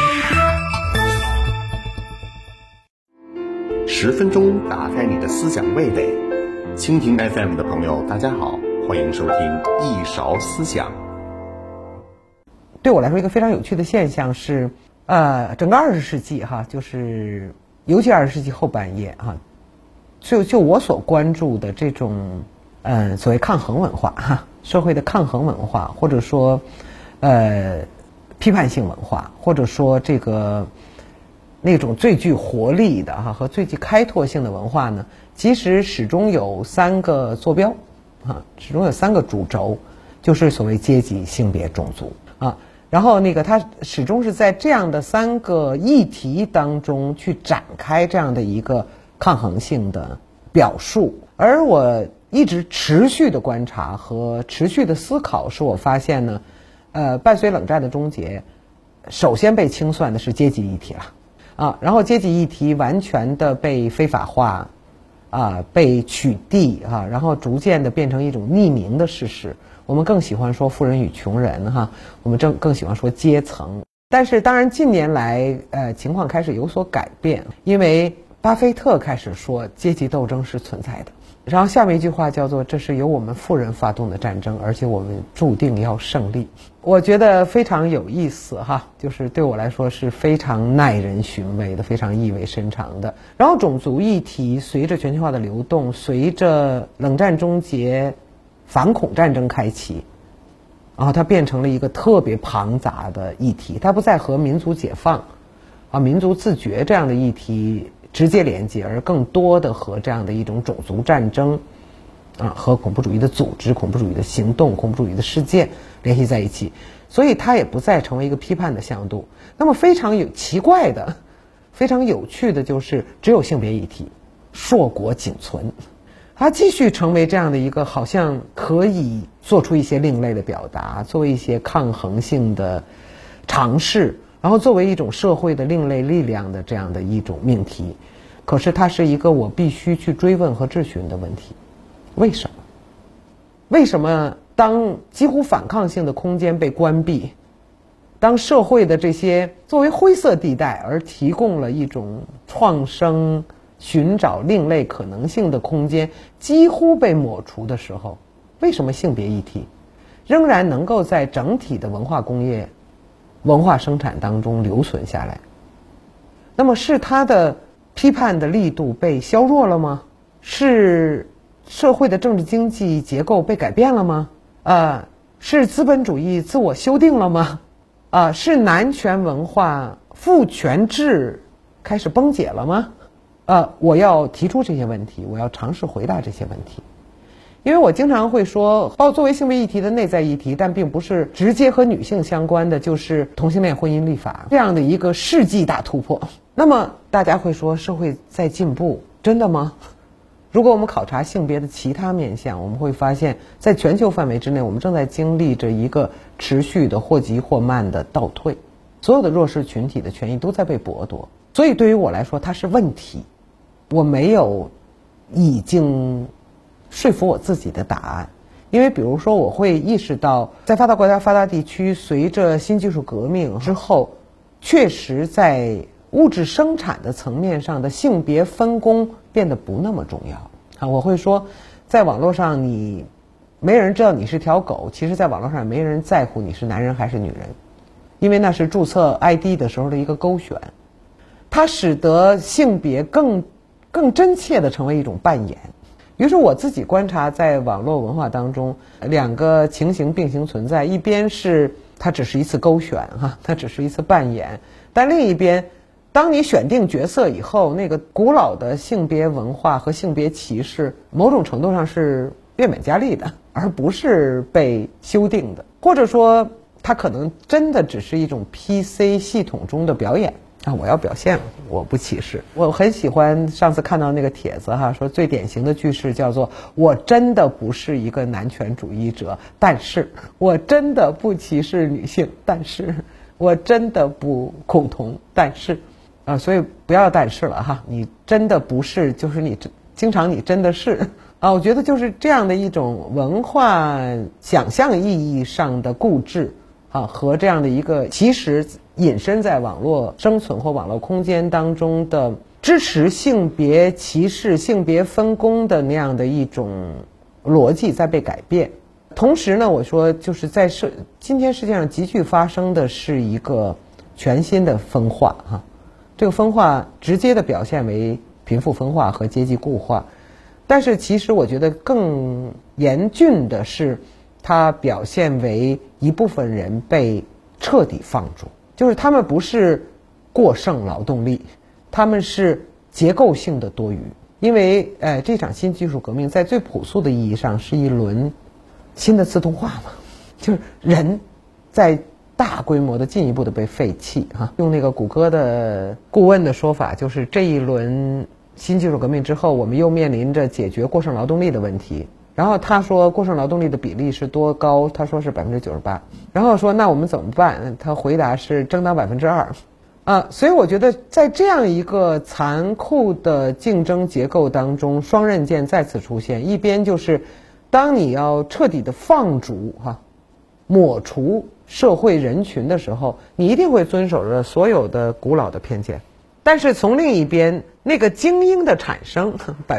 10分钟打开你的思想味蕾，蜻蜓 FM 的朋友大家好，欢迎收听一勺思想。 对我来说一个非常有趣的现象是整个20世纪就是尤其20世纪后半叶就我所关注的这种所谓抗衡文化社会的抗衡文化，或者说批判性文化，或者说这个那种最具活力的和最具开拓性的文化呢，其实始终有3个坐标始终有3个主轴，就是所谓阶级、性别、种族然后它始终是在这样的3个议题当中去展开这样的一个抗衡性的表述。而我一直持续的观察和持续的思考，使我发现呢伴随冷战的终结，首先被清算的是阶级议题了然后阶级议题完全的被非法化被取缔然后逐渐的变成一种匿名的事实。我们更喜欢说富人与穷人我们更喜欢说阶层。但是当然近年来情况开始有所改变，因为巴菲特开始说阶级斗争是存在的，然后下面一句话叫做这是由我们富人发动的战争，而且我们注定要胜利。我觉得非常有意思就是对我来说是非常耐人寻味的，非常意味深长的。然后种族议题随着全球化的流动，随着冷战终结，反恐战争开启，然后它变成了一个特别庞杂的议题，它不再和民族解放民族自觉这样的议题直接连接，而更多的和这样的一种种族战争和恐怖主义的组织、恐怖主义的行动、恐怖主义的事件联系在一起，所以它也不再成为一个批判的向度。那么非常奇怪的、非常有趣的就是只有性别议题硕果仅存，它继续成为这样的一个好像可以做出一些另类的表达，作为一些抗衡性的尝试，然后作为一种社会的另类力量的这样的一种命题。可是它是一个我必须去追问和质询的问题。为什么？为什么当几乎反抗性的空间被关闭，当社会的这些作为灰色地带而提供了一种创生、寻找另类可能性的空间几乎被抹除的时候，为什么性别议题仍然能够在整体的文化工业、文化生产当中留存下来？那么是它的批判的力度被削弱了吗？是社会的政治经济结构被改变了吗？是资本主义自我修订了吗？是男权文化父权制开始崩解了吗？我要提出这些问题，我要尝试回答这些问题。因为我经常会说，作为性别议题的内在议题，但并不是直接和女性相关的，就是同性恋婚姻立法这样的一个世纪大突破。那么大家会说社会在进步，真的吗？如果我们考察性别的其他面向，我们会发现在全球范围之内，我们正在经历着一个持续的或急或慢的倒退，所有的弱势群体的权益都在被剥夺。所以对于我来说它是问题，我没有已经说服我自己的答案。因为比如说我会意识到在发达国家发达地区，随着新技术革命之后，确实在物质生产的层面上的性别分工变得不那么重要我会说在网络上你没人知道你是条狗，其实在网络上没人在乎你是男人还是女人，因为那是注册 ID 的时候的一个勾选，它使得性别更真切地成为一种扮演。于是我自己观察在网络文化当中2个情形并行存在，一边是它只是一次勾选它只是一次扮演，但另一边当你选定角色以后，那个古老的性别文化和性别歧视某种程度上是变本加厉的，而不是被修订的，或者说它可能真的只是一种 PC 系统中的表演我要表现，我不歧视。我很喜欢上次看到那个帖子说最典型的句式叫做我真的不是一个男权主义者，但是我真的不歧视女性，但是我真的不恐同，但是所以不要但是了你真的不是就是你经常你真的是我觉得就是这样的一种文化想象意义上的固执和这样的一个其实隐身在网络生存或网络空间当中的支持性别歧视、性别分工的那样的一种逻辑在被改变。同时呢，我说就是在今天世界上急剧发生的是一个全新的分化这个分化直接的表现为贫富分化和阶级固化，但是其实我觉得更严峻的是它表现为一部分人被彻底放逐，就是他们不是过剩劳动力，他们是结构性的多余。因为这场新技术革命在最朴素的意义上是一轮新的自动化嘛，就是人在大规模的进一步的被废弃用那个谷歌的顾问的说法，就是这一轮新技术革命之后，我们又面临着解决过剩劳动力的问题。然后他说过剩劳动力的比例是多高？他说是98%。然后说那我们怎么办？他回答是争当2%。所以我觉得在这样一个残酷的竞争结构当中，双刃剑再次出现。一边就是当你要彻底的放逐抹除社会人群的时候，你一定会遵守着所有的古老的偏见。但是从另一边，那个精英的产生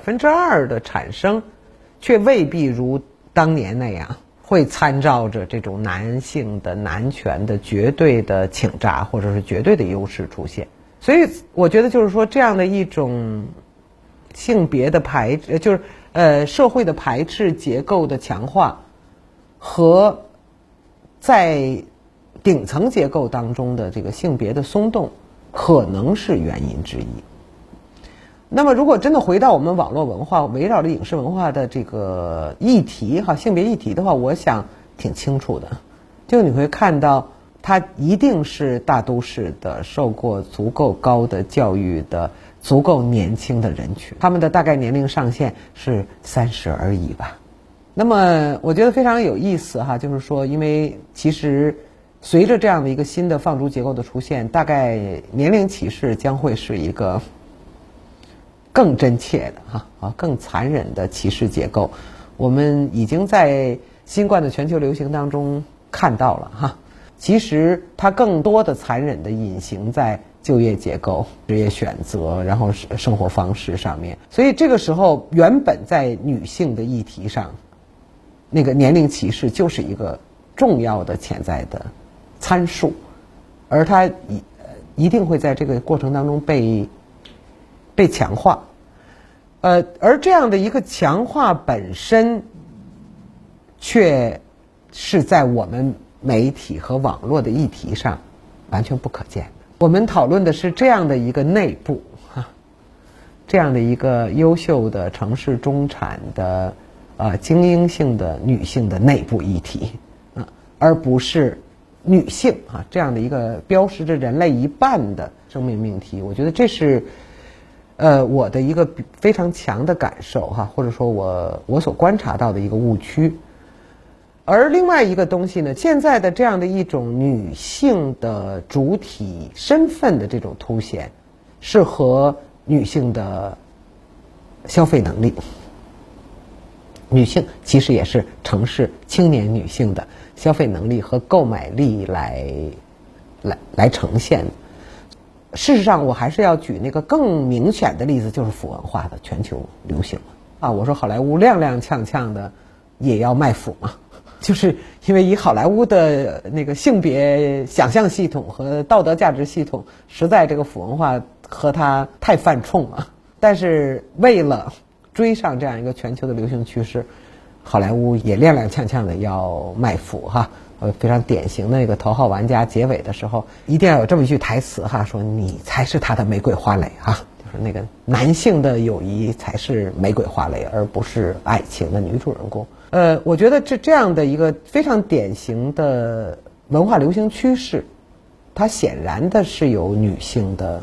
2%的产生却未必如当年那样会参照着这种男性的男权的绝对的倾轧或者是绝对的优势出现。所以我觉得就是说这样的一种性别的就是社会的排斥结构的强化和在顶层结构当中的这个性别的松动可能是原因之一。那么如果真的回到我们网络文化围绕着影视文化的这个议题性别议题的话，我想挺清楚的，就你会看到它一定是大都市的受过足够高的教育的足够年轻的人群，他们的大概年龄上限是30而已吧。那么我觉得非常有意思就是说因为其实随着这样的一个新的放逐结构的出现，大概年龄歧视将会是一个更真切的更残忍的歧视结构。我们已经在新冠的全球流行当中看到了其实它更多的残忍的隐形在就业结构、职业选择，然后生活方式上面。所以这个时候原本在女性的议题上，那个年龄歧视就是一个重要的潜在的参数，而它一定会在这个过程当中被强化。而这样的一个强化本身却是在我们媒体和网络的议题上完全不可见的。我们讨论的是这样的一个内部这样的一个优秀的城市中产的精英性的女性的内部议题而不是女性这样的一个标识着人类一半的生命命题。我觉得这是我的一个非常强的感受或者说我所观察到的一个误区。而另外一个东西呢，现在的这样的一种女性的主体身份的这种凸显，是和女性的消费能力，女性其实也是城市青年女性的消费能力和购买力来呈现的。事实上我还是要举那个更明显的例子，就是腐文化的全球流行我说好莱坞踉踉跄跄的也要卖腐嘛，就是因为以好莱坞的那个性别想象系统和道德价值系统，实在这个腐文化和它太犯冲了。但是为了追上这样一个全球的流行趋势，好莱坞也踉踉跄跄的要卖腐非常典型的那个头号玩家结尾的时候一定要有这么一句台词说你才是他的玫瑰花蕾就是那个男性的友谊才是玫瑰花蕾，而不是爱情的女主人公。我觉得这样的一个非常典型的文化流行趋势，它显然的是由女性的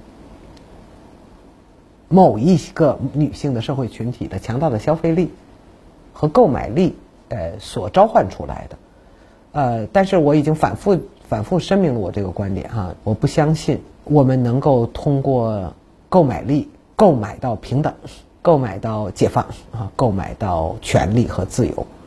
某一个女性的社会群体的强大的消费力和购买力所召唤出来的。但是我已经反复声明了我这个观点我不相信我们能够通过购买力购买到平等，购买到解放购买到权利和自由。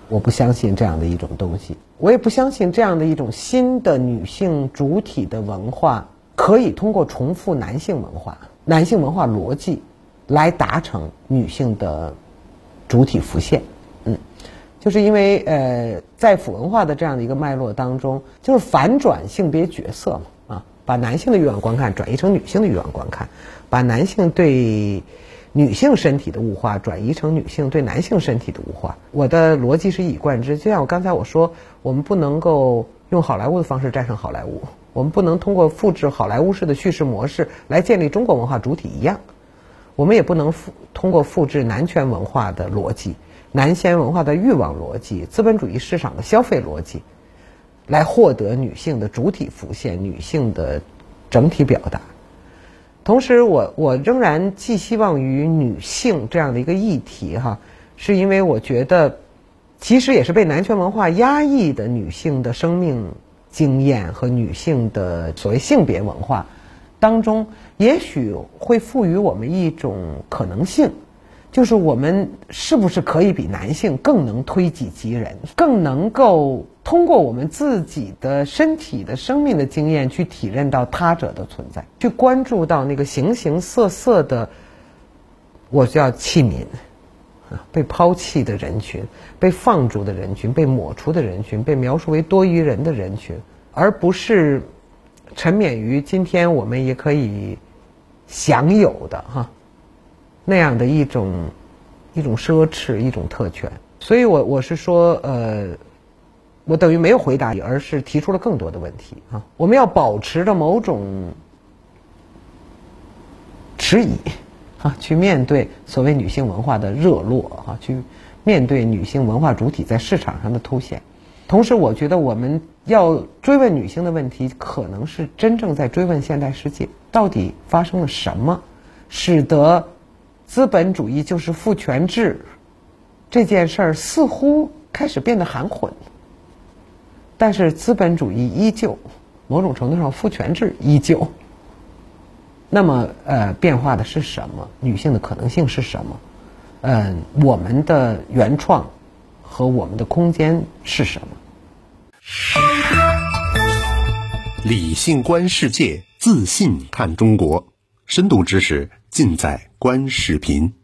我不相信这样的一种东西，我也不相信这样的一种新的女性主体的文化可以通过重复男性文化逻辑来达成女性的主体浮现。就是因为在腐文化的这样的一个脉络当中，就是反转性别角色嘛，把男性的欲望观看转移成女性的欲望观看，把男性对女性身体的物化转移成女性对男性身体的物化。我的逻辑是一以贯之，就像刚才我说，我们不能够用好莱坞的方式战胜好莱坞，我们不能通过复制好莱坞式的叙事模式来建立中国文化主体一样，我们也不能通过复制男权文化的逻辑、男性文化的欲望逻辑、资本主义市场的消费逻辑来获得女性的主体浮现、女性的整体表达。同时我仍然寄希望于女性这样的一个议题是因为我觉得其实也是被男权文化压抑的女性的生命经验和女性的所谓性别文化当中，也许会赋予我们一种可能性，就是我们是不是可以比男性更能推己及人，更能够通过我们自己的身体的生命的经验去体认到他者的存在，去关注到那个形形色色的我叫弃民被抛弃的人群，被放逐的人群，被抹除的人群，被描述为多余人的人群，而不是沉湎于今天我们也可以享有的那样的一种奢侈，一种特权。所以我是说我等于没有回答你，而是提出了更多的问题我们要保持着某种迟疑去面对所谓女性文化的热络去面对女性文化主体在市场上的凸显。同时我觉得我们要追问女性的问题，可能是真正在追问现代世界到底发生了什么，使得资本主义就是父权制这件事儿似乎开始变得含混，但是资本主义依旧，某种程度上父权制依旧。那么变化的是什么？女性的可能性是什么？我们的原创和我们的空间是什么？ 理性观世界，自信看中国，深度知识尽在观视频。